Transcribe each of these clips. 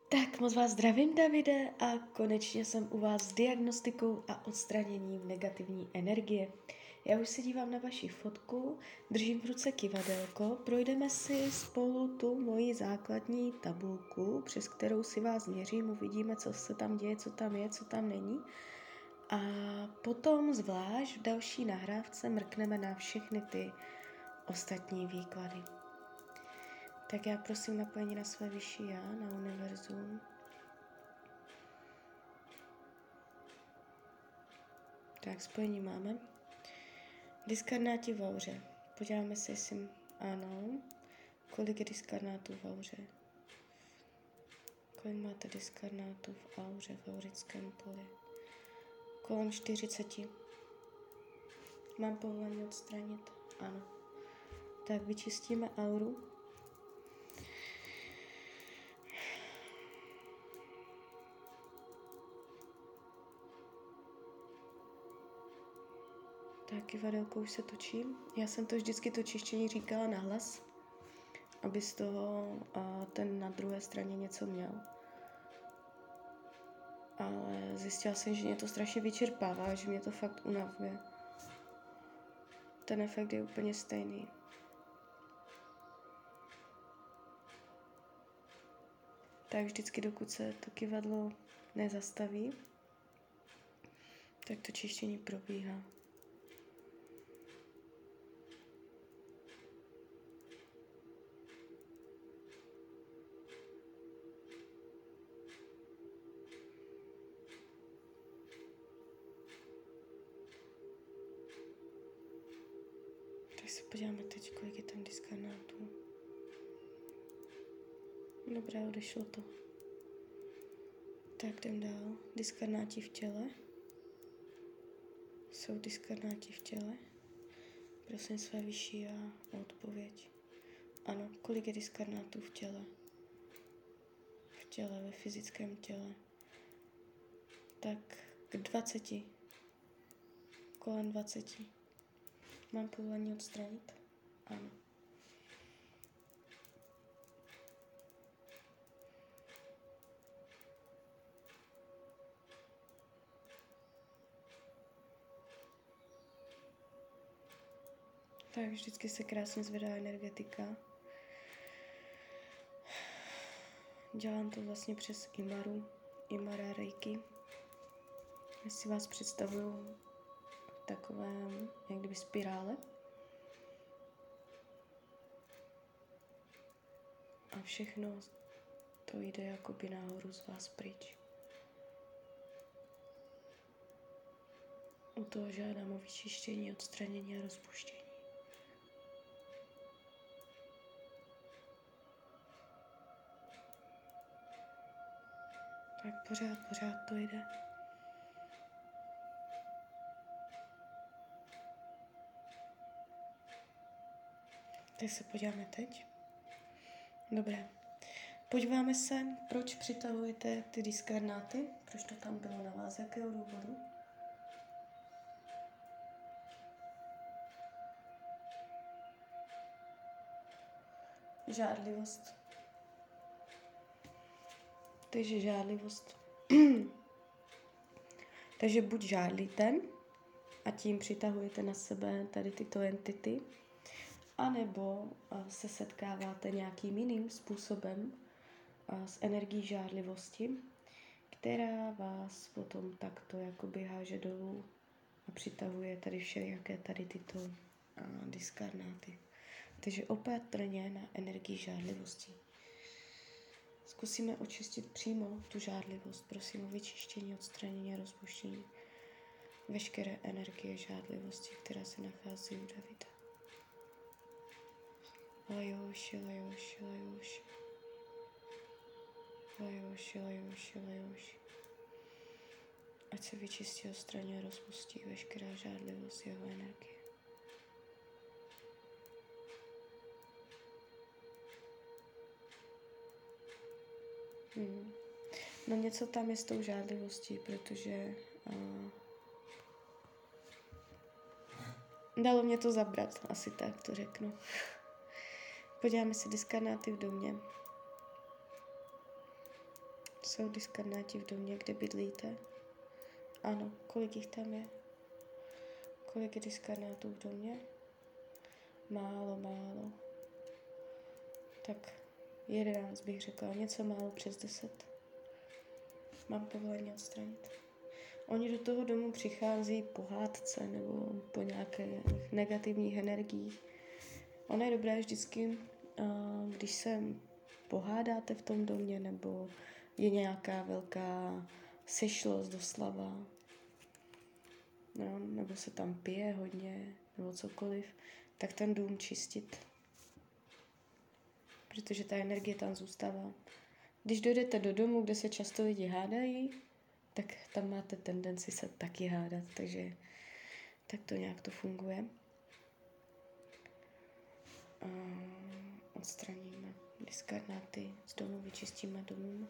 Tak moc vás zdravím, Davide, a konečně jsem u vás s diagnostikou a odstraněním negativní energie. Já už se dívám na vaši fotku, držím v ruce kivadelko, projdeme si spolu tu moji základní tabulku, přes kterou si vás měřím, uvidíme, co se tam děje, co tam je, co tam není. A potom zvlášť v další nahrávce mrkneme na všechny ty ostatní výklady. Tak já prosím napojení na své vyšší já, na univerzum. Tak, spojení máme. Diskarnáti v auře. Podíváme se, jestli ano. Kolik je diskarnátů v auře? Kolik máte diskarnátů v auře, v aurickém poli? Kolem 40. Mám povolení odstranit? Ano. Tak vyčistíme auru. Tak kivadelko už se točí. Já jsem to vždycky to čištění říkala nahlas, aby z toho ten na druhé straně něco měl. Ale zjistila jsem, že mě to strašně vyčerpává, že mě to fakt unavuje. Ten efekt je úplně stejný. Tak vždycky, dokud se to kyvadlo nezastaví, tak to čištění probíhá. Tak se podíváme teď, kolik je tam diskarnátů. Dobré, odešlo to. Tak jdem dál. Diskarnáti v těle. Jsou diskarnáti v těle? Prosím své vyšší já o odpověď. Ano, kolik je diskarnátů v těle? V těle, ve fyzickém těle. Tak k 20. Kolem 20. Mám povolení odstranit? Ano. Tak vždycky se krásně zvedá energetika. Dělám to vlastně přes Imara Reiki. Já si vás představuju v takovém, jak kdyby spirále. A všechno to jde jakoby nahoru z vás pryč. U toho žádám o vyčištění, odstranění a rozpuštění. Tak pořád to jde. Tak se podíváme teď. Dobré. Podíváme se, proč přitahujete ty diskarnáty, proč to tam bylo na vás, z jakého důvodu. Žádlivost. Takže žádlivost. Takže buď žádlíte a tím přitahujete na sebe tady tyto entity, anebo se setkáváte nějakým jiným způsobem s energií žádlivosti, která vás potom takto jakoby háže dolů a přitahuje tady všelijaké tady tyto diskarnáty. Takže opatrně na energii žádlivosti. Zkusíme očistit přímo tu žádlivost. Prosím o vyčištění, odstranění a rozpuštění veškeré energie žádlivosti, která se nachází u Davida. Lajoši, lajoši, lajoši. Lajoši, lajoši, lajoši. Ať se vyčistí, odstraní a rozpustí veškerá žádlivost jeho energie. No něco tam je s tou žádlivostí, protože dalo mě to zabrat, asi tak to řeknu. Podíváme si diskarnáty v domě. Jsou diskarnáti v domě, kde bydlíte? Ano, kolik jich tam je? Kolik je diskarnátů v domě? Málo. Tak 11 bych řekla, něco málo přes 10. Mám povolení odstranit. Oni do toho domu přichází po hádce nebo po nějaké negativních energiích. Ono je dobré vždycky, když se pohádáte v tom domě nebo je nějaká velká sešlost doslova, no, nebo se tam pije hodně, nebo cokoliv, tak ten dům čistit. Protože ta energie tam zůstává. Když dojdete do domu, kde se často lidi hádají, tak tam máte tendenci se taky hádat, takže tak to nějak to funguje. Odstraníme diskarnáty z domu, vyčistíme domů.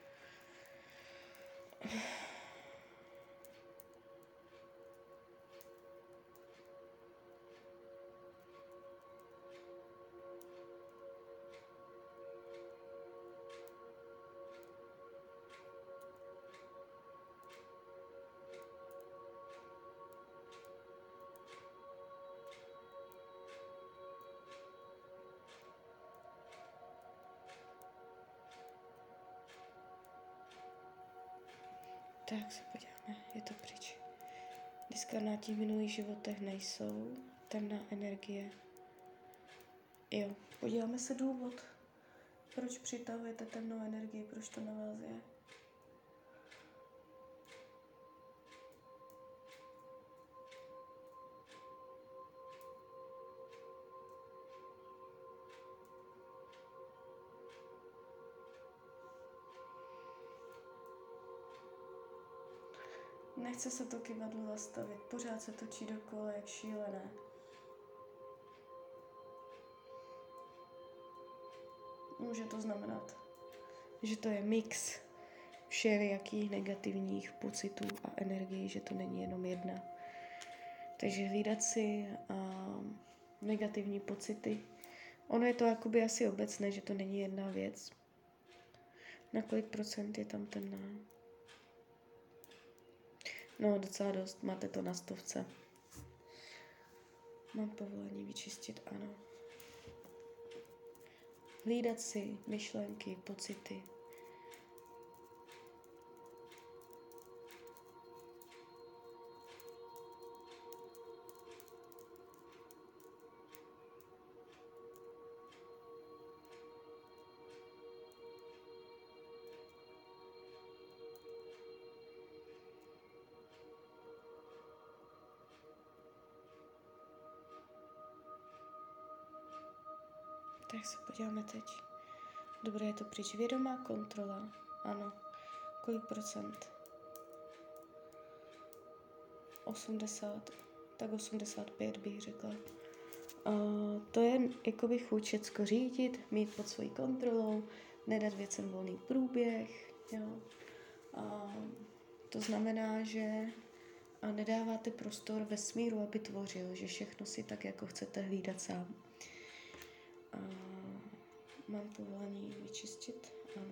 Tak se podíváme, je to pryč. Diskarnáti v minulých životech nejsou, temná energie. Jo, podíváme se důvod, proč přitahujete temnou energii, proč to na vás je. Nechce se to kyvadlo zastavit, pořád se točí dokola jak šílené. Může to znamenat, že to je mix všelijakých negativních pocitů a energií, že to není jenom jedna. Takže hlídat si negativní pocity. Ono je to jakoby asi obecné, že to není jedna věc. Na kolik procent je tam temná? No, docela dost, máte to na 100. Mám povolení vyčistit, ano. Hlídat si myšlenky, pocity. Tak se podíváme teď. Dobré, je to pryč. Vědomá kontrola. Ano. Kolik procent? 80. Tak 85 bych řekla. To je jakoby chuť všecko řídit, mít pod svojí kontrolou, nedat věcem volný průběh. Jo. To znamená, že nedáváte prostor vesmíru, aby tvořil, že všechno si tak, jako chcete, hlídat sám. Mám povolení vyčistit? Ano.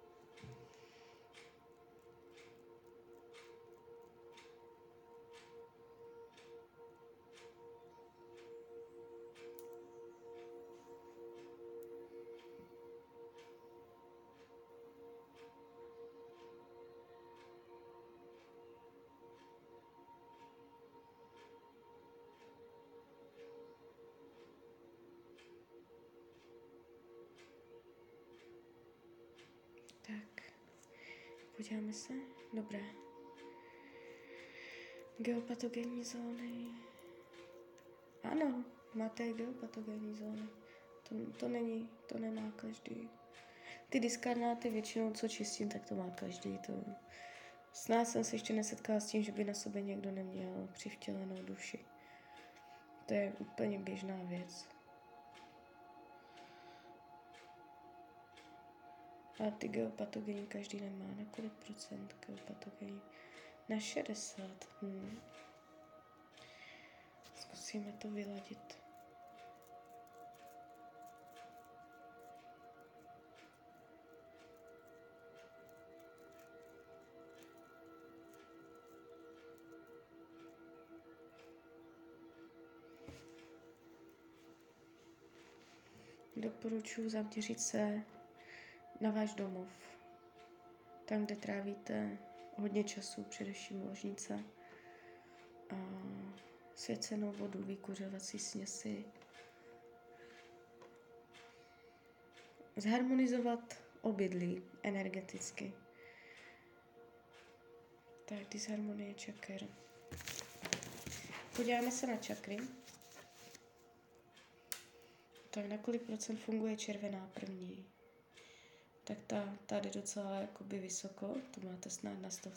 Tak, podíváme se. Dobré. Geopatogenní zóny. Ano, máte geopatogenní zóny. To nemá každý. Ty diskarnáty většinou, co čistím, tak to má každý. Snad jsem se ještě nesetkala s tím, že by na sobě někdo neměl přivtělenou duši. To je úplně běžná věc. A ty geopatogeny každý nemá. Na kolik procent geopatogeny? Na 60. Zkusíme to vyladit. doporučuji zaměřit se na váš domov. Tam, kde trávíte hodně času, především ložnice. Svěcenou vodu, vykuřovací směsi. Zharmonizovat obydlí energeticky. Tak, disharmonie čaker. Podíváme se na čakry. Tak na kolik procent funguje červená první? Tak ta jde docela jakoby vysoko, to máte snad na 100.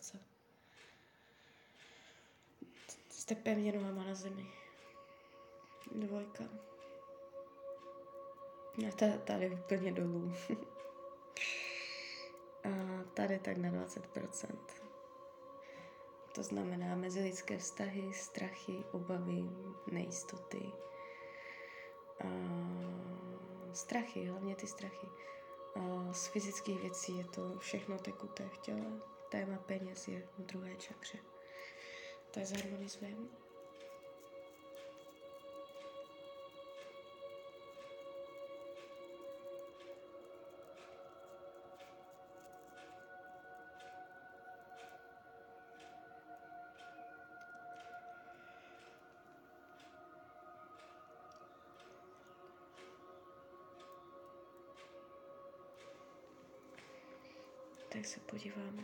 Jste pevně nohama na zemi. 2. A tady úplně dolů. A tady tak na 20%. To znamená mezilidské vztahy, strachy, obavy, nejistoty. Strachy, hlavně ty strachy. Z fyzických věcí je to všechno tekuté v těle. Téma peněz je v 2. čakře. To je zharmonizujeme. Tak se podíváme.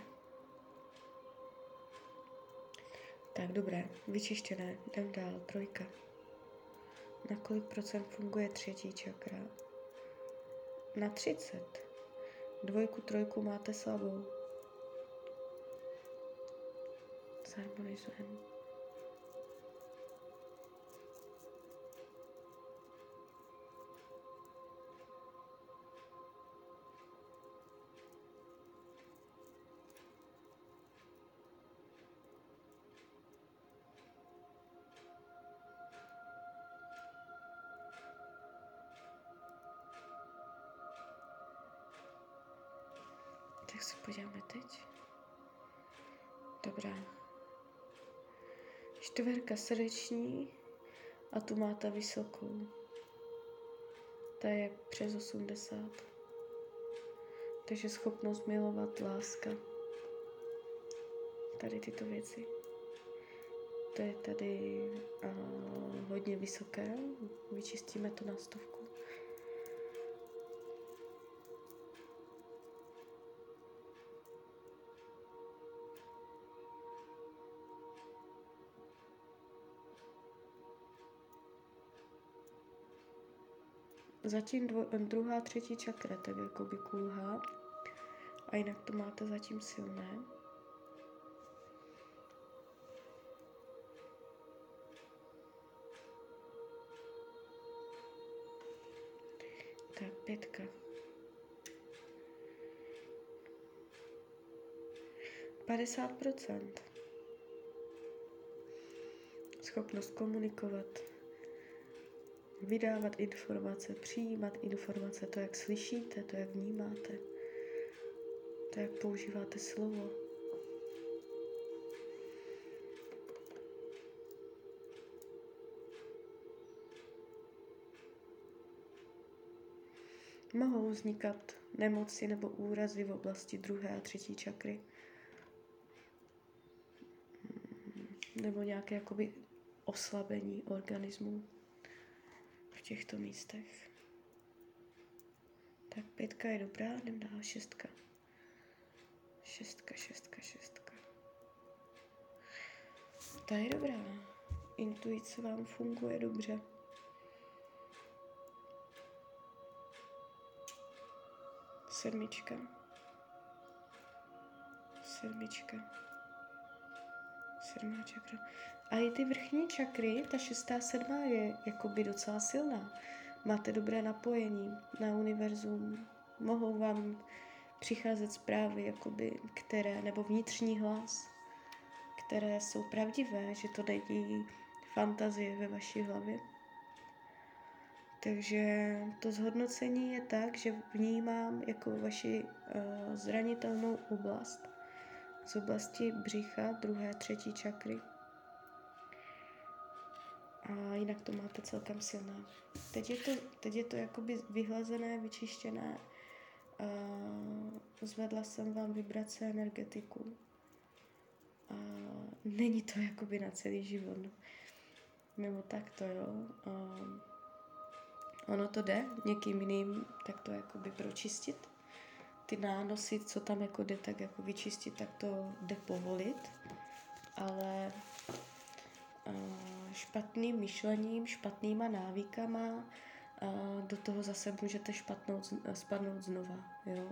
Tak, dobré, vyčištěné, jdem dál, 3. Na kolik procent funguje 3. čakra? Na 30. 2, 3 máte slabou. Zharmonizujeme. Tak se podíváme teď. Dobrá. 4 srdeční a tu máte vysokou. Ta je přes 80. Takže schopnost milovat, láska. Tady tyto věci. To je tady hodně vysoké. Vyčistíme to na 100. Zatím 2. 3. čakra tak jakoby kulhá. A jinak to máte zatím silné. Tak, 5. %. Schopnost komunikovat, vydávat informace, přijímat informace, to, jak slyšíte, to, jak vnímáte, to, jak používáte slovo. Mohou vznikat nemoci nebo úrazy v oblasti 2. a 3. čakry. Nebo nějaké jakoby oslabení organismu v těchto místech. Tak 5 je dobrá, jdem dál 6. 6. Ta je dobrá. Intuice vám funguje dobře. 7. 7. 7. čakra. A i ty vrchní čakry, ta 6. 7. je jakoby docela silná. Máte dobré napojení na univerzum. Mohou vám přicházet zprávy, jakoby, které, nebo vnitřní hlas, které jsou pravdivé, že to není fantazie ve vaší hlavě. Takže to zhodnocení je tak, že vnímám jako vaši zranitelnou oblast z oblasti břicha, 2. 3. čakry. A jinak to máte celkem silné. Teď je to jakoby vyhlazené, vyčištěné. Zvedla jsem vám vibrace, energetiku. Není to jakoby na celý život. Nebo tak to, jo. Ono to jde někým jiným, tak to jakoby pročistit. Ty nánosy, co tam jako jde, tak jako vyčistit, tak to jde povolit. Ale špatným myšlením, špatnýma návykama do toho zase můžete spadnout znova, jo.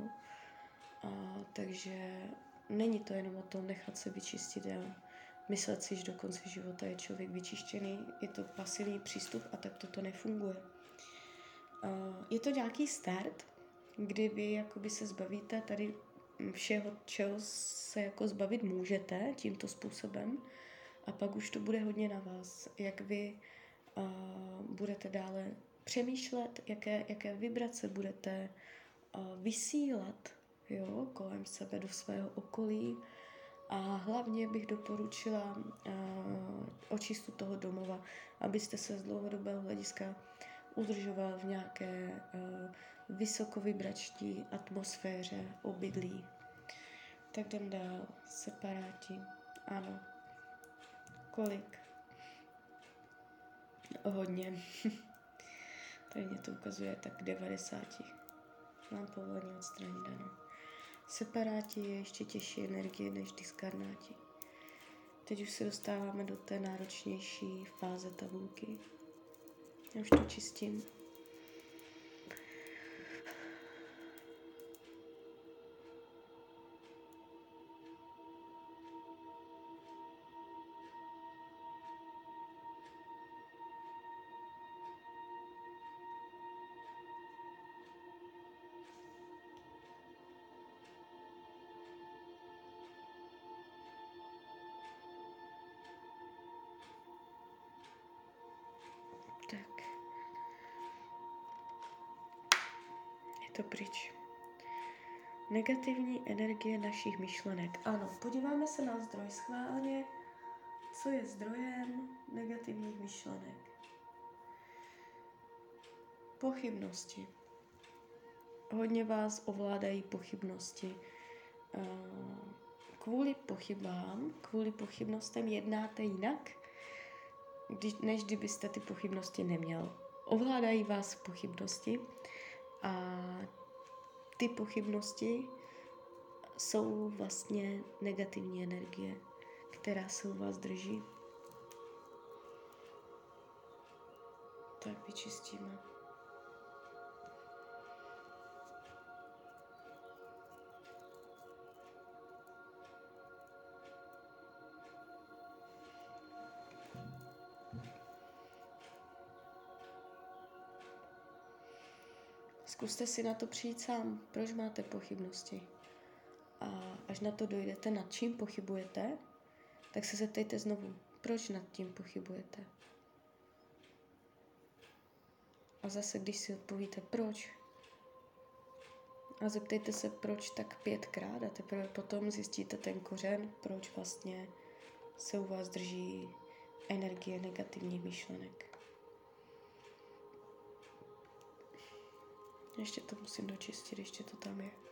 Takže není to jenom o tom nechat se vyčistit a myslet si, že do konce života je člověk vyčištěný, je to pasivní přístup a tak toto nefunguje. Je to nějaký start, kdy vy jakoby se zbavíte tady všeho, čeho se jako zbavit můžete tímto způsobem a pak už to bude hodně na vás, jak vy budete dále přemýšlet, jaké vibrace budete vysílat, jo, kolem sebe do svého okolí. A hlavně bych doporučila očistu toho domova, abyste se z dlouhodobého hlediska udržoval v nějaké vysokovibrační atmosféře obydlí. Tak jdem dál. Separáti. Ano. Kolik? Hodně. Tady mě to ukazuje tak 90. Mám povolení odstranit, ano. Separáti je ještě těžší energie než diskarnáti. Teď už se dostáváme do té náročnější fáze tabulky. Já už to čistím. Tak. Je to pryč. Negativní energie našich myšlenek. Ano, podíváme se na zdroj schválně. Co je zdrojem negativních myšlenek? Pochybnosti. Hodně vás ovládají pochybnosti. Kvůli pochybnostem jednáte jinak, než kdybyste ty pochybnosti neměl. Ovládají vás pochybnosti a ty pochybnosti jsou vlastně negativní energie, která se u vás drží. Tak vyčistíme. Zkuste si na to přijít sám, proč máte pochybnosti. A až na to dojdete, nad čím pochybujete, tak se zeptejte znovu, proč nad tím pochybujete. A zase, když si odpovíte proč, a zeptejte se proč tak 5krát a teprve potom zjistíte ten kořen, proč vlastně se u vás drží energie negativních myšlenek. Ještě to musím dočistit, ještě to tam je.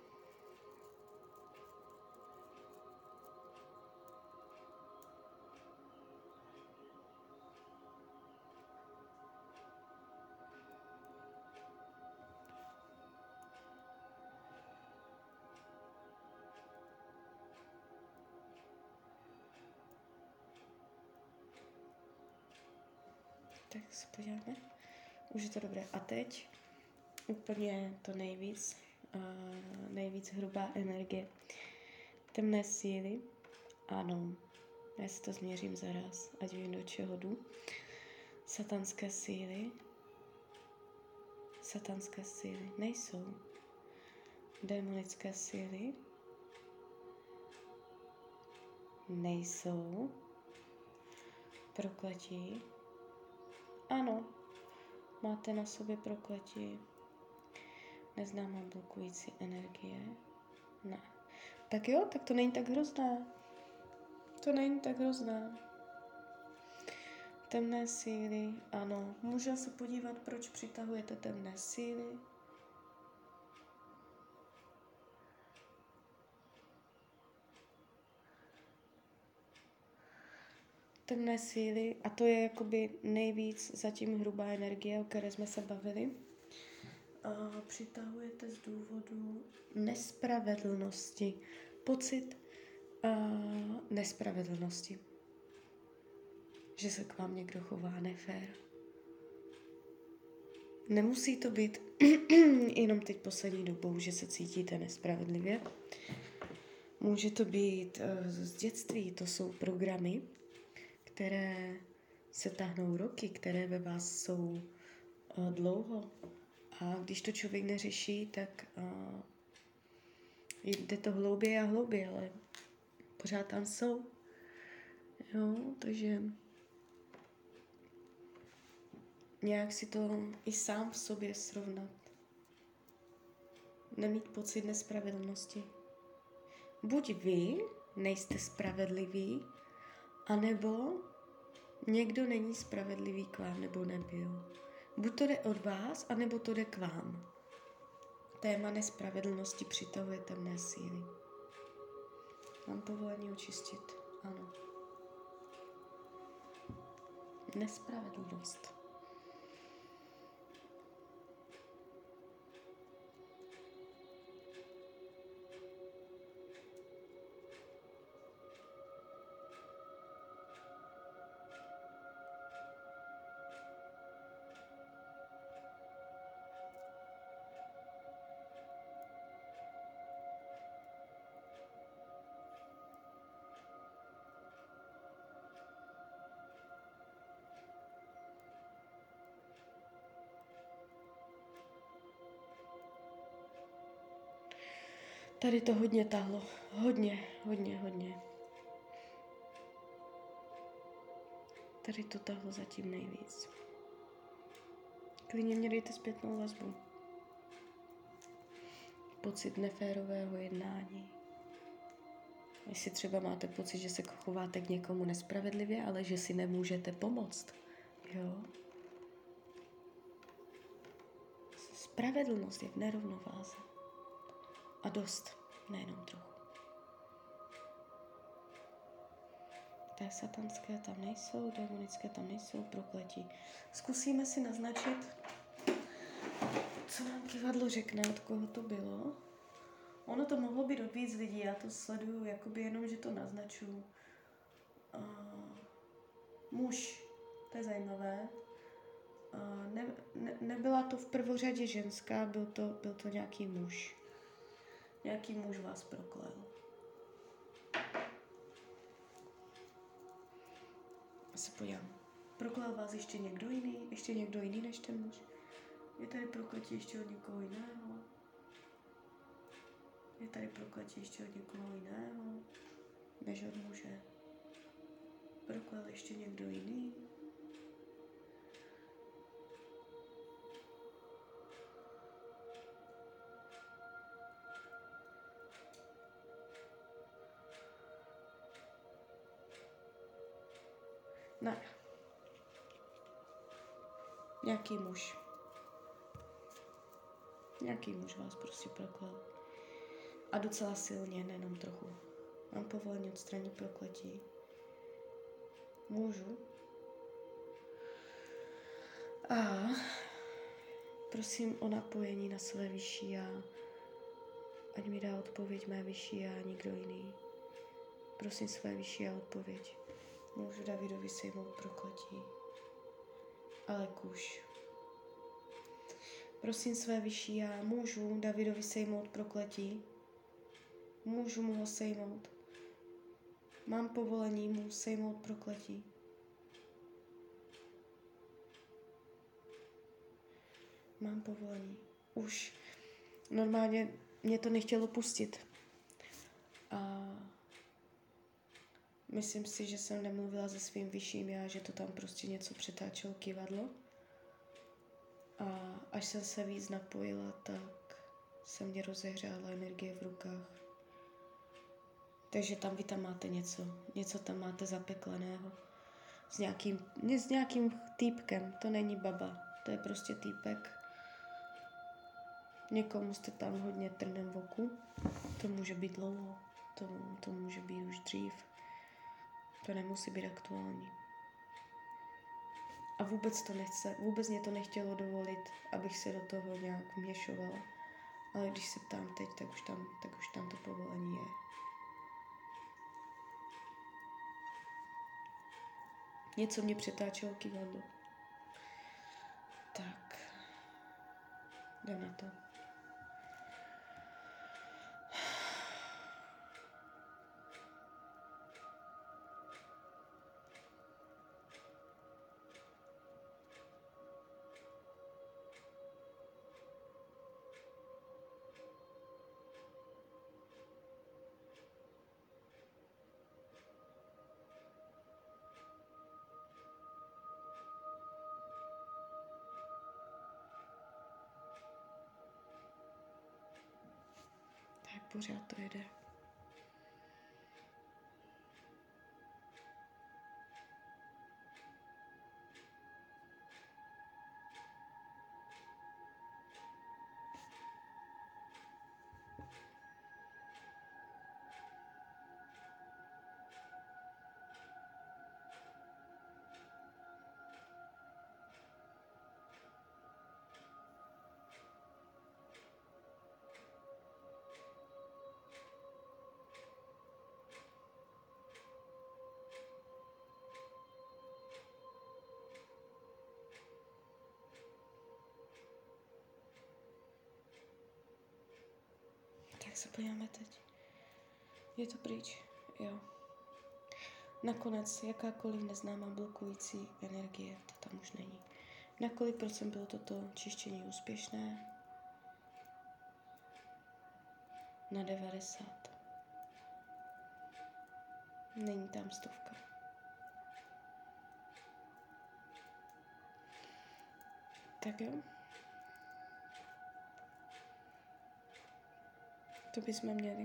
Tak se podíváme. Už je to dobré. A teď úplně to nejvíc hrubá energie. Temné síly. Ano, já si to změřím zaraz, ať vím, do čeho jdu. Satanské síly. Satanské síly nejsou. Démonické síly nejsou. Prokletí. Ano, máte na sobě prokletí. Neznámá blokující energie. Ne. Tak jo, tak to není tak hrozná. To není tak hrozná. Temné síly, ano. Můžeme se podívat, proč přitahujete temné síly. Temné síly, a to je jakoby nejvíc zatím hrubá energie, o které jsme se bavili. Přitahujete z důvodu nespravedlnosti. Pocit nespravedlnosti. Že se k vám někdo chová nefér. Nemusí to být jenom teď poslední dobou, že se cítíte nespravedlivě. Může to být z dětství, to jsou programy, které se táhnou roky, které ve vás jsou dlouho. A když to člověk neřeší, tak jde to hlouběji a hlouběji, ale pořád tam jsou. Jo, takže nějak si to i sám v sobě srovnat. Nemít pocit nespravedlnosti. Buď vy nejste spravedliví, anebo někdo není spravedlivý k vám, nebo nebyl. Buď to jde od vás, anebo to jde k vám. Téma nespravedlnosti přitahuje temné síly. Mám povolení očistit. Ano. Nespravedlnost. Tady to hodně tahlo. Hodně. Tady to tahlo zatím nejvíc. Klidně mě dejte zpětnou vazbu. Pocit neférového jednání. Jestli třeba máte pocit, že se chováte k někomu nespravedlivě, ale že si nemůžete pomoct. Jo? Spravedlnost je v nerovnováze. A dost, nejenom trochu. Té satanské tam nejsou, démonické tam nejsou, prokletí. Zkusíme si naznačit, co nám kivadlo řekne, od koho to bylo. Ono to mohlo být od víc lidí, já to sleduju jakoby jenom, že to naznačuju. Muž, to je zajímavé. Nebyla to v prvořadě ženská, byl to nějaký muž. Nějaký muž vás proklel. Já se podívám. Proklel vás ještě někdo jiný? Ještě někdo jiný než ten muž? Je tady prokletí ještě od někoho jiného? Je tady prokletí ještě od někoho jiného než od muže? Proklel ještě někdo jiný? Ne. Nějaký muž. Nějaký muž vás prostě proklel. A docela silně, nejenom trochu. Mám povolení odstranit prokletí. Můžu. A prosím o napojení na své vyšší já. Ať mi dá odpověď mé vyšší já, nikdo jiný. Prosím své vyšší já odpověď. Můžu Davidovi sejmout prokletí. Ale kuš. Prosím své vyšší já, můžu Davidovi sejmout prokletí? Můžu mu ho sejmout? Mám povolení mu sejmout prokletí? Mám povolení. Už normálně mě to nechtělo pustit. A myslím si, že jsem nemluvila se svým vyšším já, že to tam prostě něco přetáčelo kivadlo. A až jsem se víc napojila, tak se mě rozehřála energie v rukách. Takže vy tam máte něco tam máte zapekleného. s nějakým týpkem, to není baba, to je prostě týpek. Někomu jste tam hodně trnem v oku, to může být dlouho, to může být už dřív, to nemusí být aktuální. A vůbec mě to nechtělo dovolit, abych se do toho nějak vměšovala. Ale když se ptám teď, tak už tam to povolení je. Něco mě přetáčelo kyvadlo. Tak, jdem na to. Tak pořád to jede. Tak se podíváme teď. Je to pryč, jo. Nakonec jakákoliv neznámá blokující energie, to tam už není. Na kolik procent bylo toto čištění úspěšné? Na 90. Není tam 100. Tak jo. To bychom měli.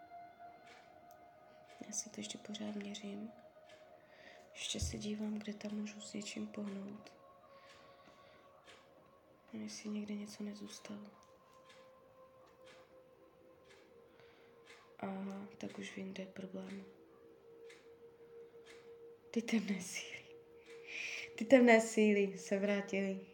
Já si to ještě pořád měřím. Ještě se dívám, kde tam můžu s něčím pohnout. A jestli někde něco nezůstalo. Aha, tak už vím, kde je problém. Ty temné síly se vrátily.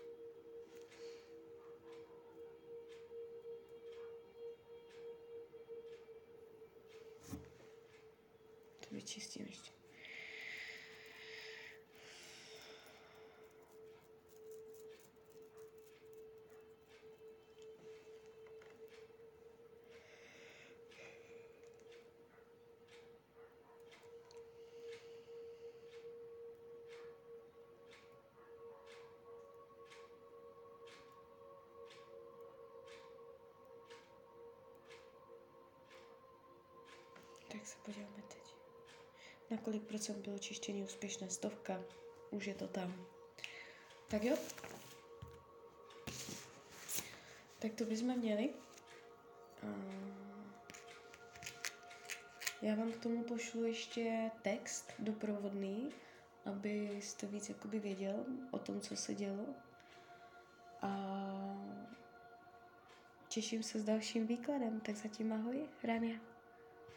To vyčistím ještě. Tak se podíváme teď. Na kolik procent bylo čištění úspěšné? 100. Už je to tam. Tak jo. Tak to bychom měli. Já vám k tomu pošlu ještě text doprovodný, abyste víc jakoby věděl o tom, co se dělo. A těším se s dalším výkladem. Tak zatím ahoj, Rania.